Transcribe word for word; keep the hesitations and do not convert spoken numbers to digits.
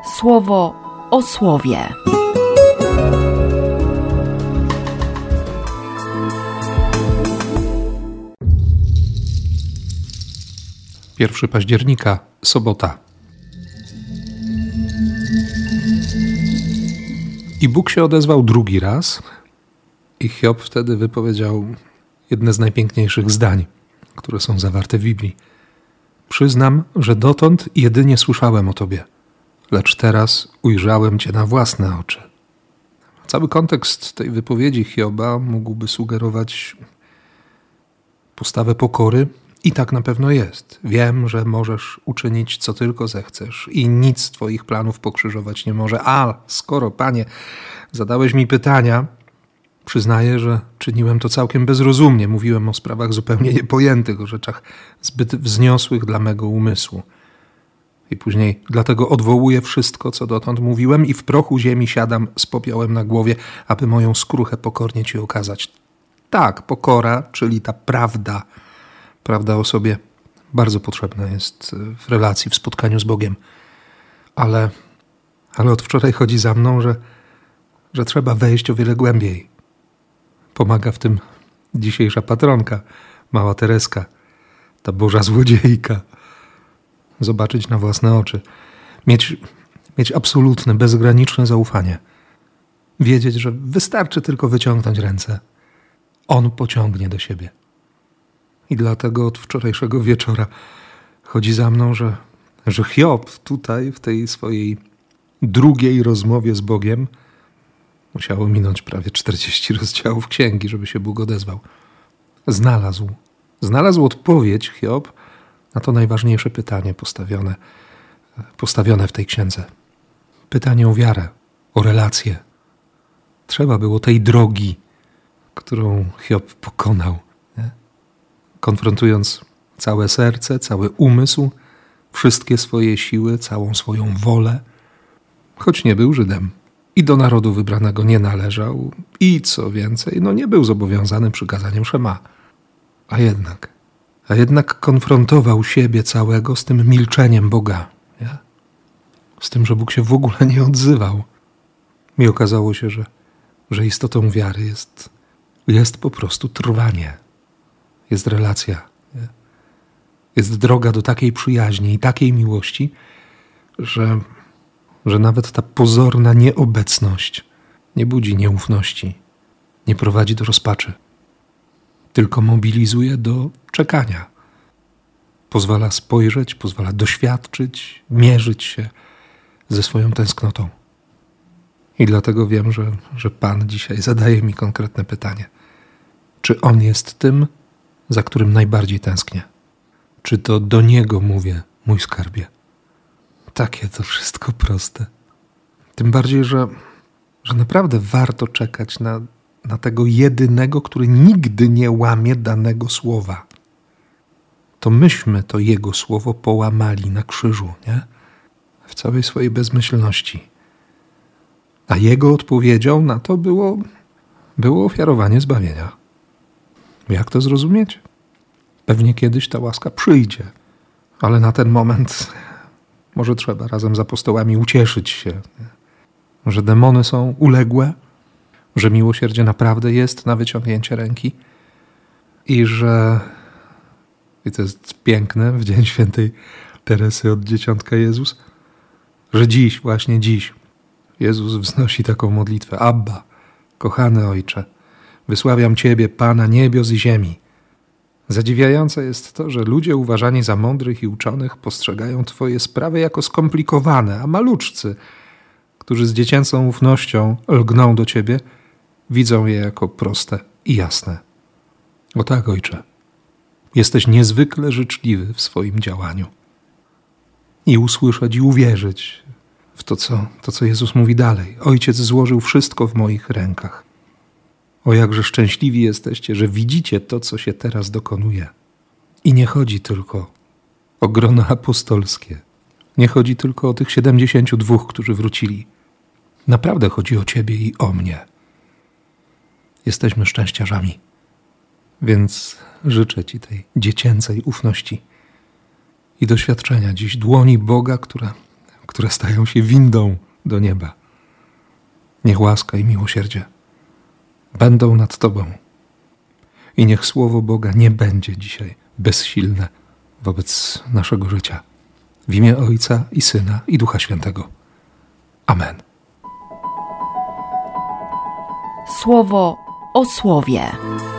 Słowo o słowie. pierwszego października, sobota. I Bóg się odezwał drugi raz i Hiob wtedy wypowiedział jedne z najpiękniejszych zdań, które są zawarte w Biblii. Przyznam, że dotąd jedynie słyszałem o Tobie, lecz teraz ujrzałem Cię na własne oczy. Cały kontekst tej wypowiedzi Hioba mógłby sugerować postawę pokory i tak na pewno jest. Wiem, że możesz uczynić co tylko zechcesz i nic z Twoich planów pokrzyżować nie może. A skoro, Panie, zadałeś mi pytania, przyznaję, że czyniłem to całkiem bezrozumnie. Mówiłem o sprawach zupełnie niepojętych, o rzeczach zbyt wzniosłych dla mego umysłu. I później dlatego odwołuję wszystko, co dotąd mówiłem i w prochu ziemi siadam z popiołem na głowie, aby moją skruchę pokornie Ci okazać. Tak, pokora, czyli ta prawda, prawda o sobie bardzo potrzebna jest w relacji, w spotkaniu z Bogiem. Ale, ale od wczoraj chodzi za mną, że, że trzeba wejść o wiele głębiej. Pomaga w tym dzisiejsza patronka, mała Tereska, ta Boża złodziejka. Zobaczyć na własne oczy. Mieć, mieć absolutne, bezgraniczne zaufanie. Wiedzieć, że wystarczy tylko wyciągnąć ręce. On pociągnie do siebie. I dlatego od wczorajszego wieczora chodzi za mną, że, że Hiob tutaj w tej swojej drugiej rozmowie z Bogiem musiało minąć prawie czterdzieści rozdziałów księgi, żeby się Bóg odezwał. Znalazł. Znalazł odpowiedź Hiob na to najważniejsze pytanie postawione, postawione w tej księdze. Pytanie o wiarę, o relacje. Trzeba było tej drogi, którą Hiob pokonał, nie? Konfrontując całe serce, cały umysł, wszystkie swoje siły, całą swoją wolę, choć nie był Żydem i do narodu wybranego nie należał i co więcej, no nie był zobowiązany przykazaniem Szema. A jednak, a jednak konfrontował siebie całego z tym milczeniem Boga, nie? Z tym, że Bóg się w ogóle nie odzywał. I okazało się, że, że istotą wiary jest, jest po prostu trwanie. Jest relacja. Nie? Jest droga do takiej przyjaźni i takiej miłości, że, że nawet ta pozorna nieobecność nie budzi nieufności, nie prowadzi do rozpaczy, tylko mobilizuje do czekania. Pozwala spojrzeć, pozwala doświadczyć, mierzyć się ze swoją tęsknotą. I dlatego wiem, że, że Pan dzisiaj zadaje mi konkretne pytanie. Czy On jest tym, za którym najbardziej tęsknię? Czy to do Niego mówię, mój skarbie? Takie to wszystko proste. Tym bardziej, że, że naprawdę warto czekać na, na tego jedynego, który nigdy nie łamie danego słowa. To myśmy to Jego słowo połamali na krzyżu, nie? W całej swojej bezmyślności. A Jego odpowiedzią na to było, było ofiarowanie zbawienia. Jak to zrozumieć? Pewnie kiedyś ta łaska przyjdzie, ale na ten moment może trzeba razem z apostołami ucieszyć się, że demony są uległe, że miłosierdzie naprawdę jest na wyciągnięcie ręki i że, i to jest piękne w dzień świętej Teresy od Dzieciątka Jezus, że dziś, właśnie dziś Jezus wznosi taką modlitwę. Abba, kochany Ojcze, wysławiam Ciebie, Pana niebios i ziemi. Zadziwiające jest to, że ludzie uważani za mądrych i uczonych postrzegają Twoje sprawy jako skomplikowane, a maluczcy, którzy z dziecięcą ufnością lgną do Ciebie, widzą je jako proste i jasne. O tak, Ojcze, jesteś niezwykle życzliwy w swoim działaniu. I usłyszeć i uwierzyć w to, co, to, co Jezus mówi dalej. Ojciec złożył wszystko w moich rękach. O jakże szczęśliwi jesteście, że widzicie to, co się teraz dokonuje. I nie chodzi tylko o grono apostolskie. Nie chodzi tylko o tych siedemdziesięciu dwóch, którzy wrócili. Naprawdę chodzi o Ciebie i o mnie. Jesteśmy szczęściarzami. Więc życzę Ci tej dziecięcej ufności i doświadczenia dziś dłoni Boga, która, które stają się windą do nieba. Niech łaska i miłosierdzie będą nad Tobą. I niech Słowo Boga nie będzie dzisiaj bezsilne wobec naszego życia. W imię Ojca i Syna i Ducha Świętego. Amen. Słowo o słowie.